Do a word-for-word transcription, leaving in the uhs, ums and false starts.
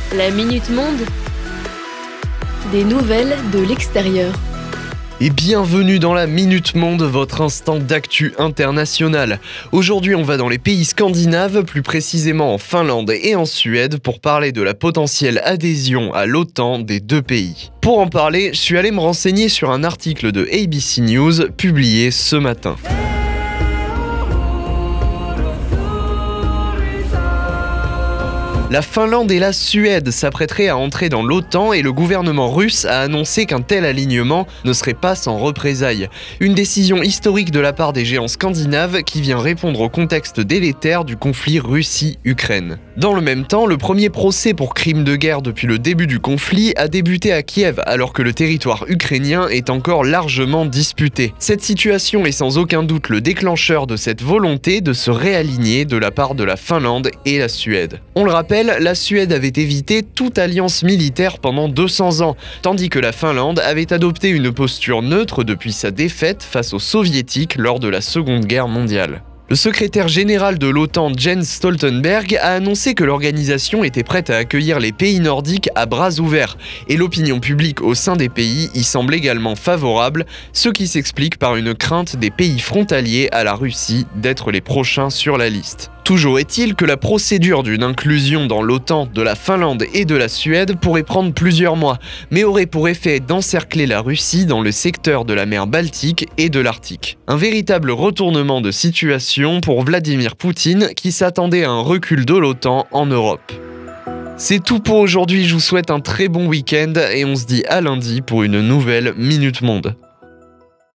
La Minute Monde. Des nouvelles de l'extérieur. Et bienvenue dans la Minute Monde, votre instant d'actu international. Aujourd'hui, on va dans les pays scandinaves, plus précisément en Finlande et en Suède, pour parler de la potentielle adhésion à l'OTAN des deux pays. Pour en parler, je suis allé me renseigner sur un article de A B C News publié ce matin. La Finlande et la Suède s'apprêteraient à entrer dans l'OTAN et le gouvernement russe a annoncé qu'un tel alignement ne serait pas sans représailles. Une décision historique de la part des géants scandinaves qui vient répondre au contexte délétère du conflit Russie-Ukraine. Dans le même temps, le premier procès pour crime de guerre depuis le début du conflit a débuté à Kiev alors que le territoire ukrainien est encore largement disputé. Cette situation est sans aucun doute le déclencheur de cette volonté de se réaligner de la part de la Finlande et la Suède. On le rappelle, la Suède avait évité toute alliance militaire pendant deux cents ans, tandis que la Finlande avait adopté une posture neutre depuis sa défaite face aux soviétiques lors de la Seconde Guerre mondiale. Le secrétaire général de l'OTAN, Jens Stoltenberg, a annoncé que l'organisation était prête à accueillir les pays nordiques à bras ouverts, et l'opinion publique au sein des pays y semble également favorable, ce qui s'explique par une crainte des pays frontaliers à la Russie d'être les prochains sur la liste. Toujours est-il que la procédure d'une inclusion dans l'OTAN de la Finlande et de la Suède pourrait prendre plusieurs mois, mais aurait pour effet d'encercler la Russie dans le secteur de la mer Baltique et de l'Arctique. Un véritable retournement de situation pour Vladimir Poutine qui s'attendait à un recul de l'OTAN en Europe. C'est tout pour aujourd'hui, je vous souhaite un très bon week-end et on se dit à lundi pour une nouvelle Minute Monde.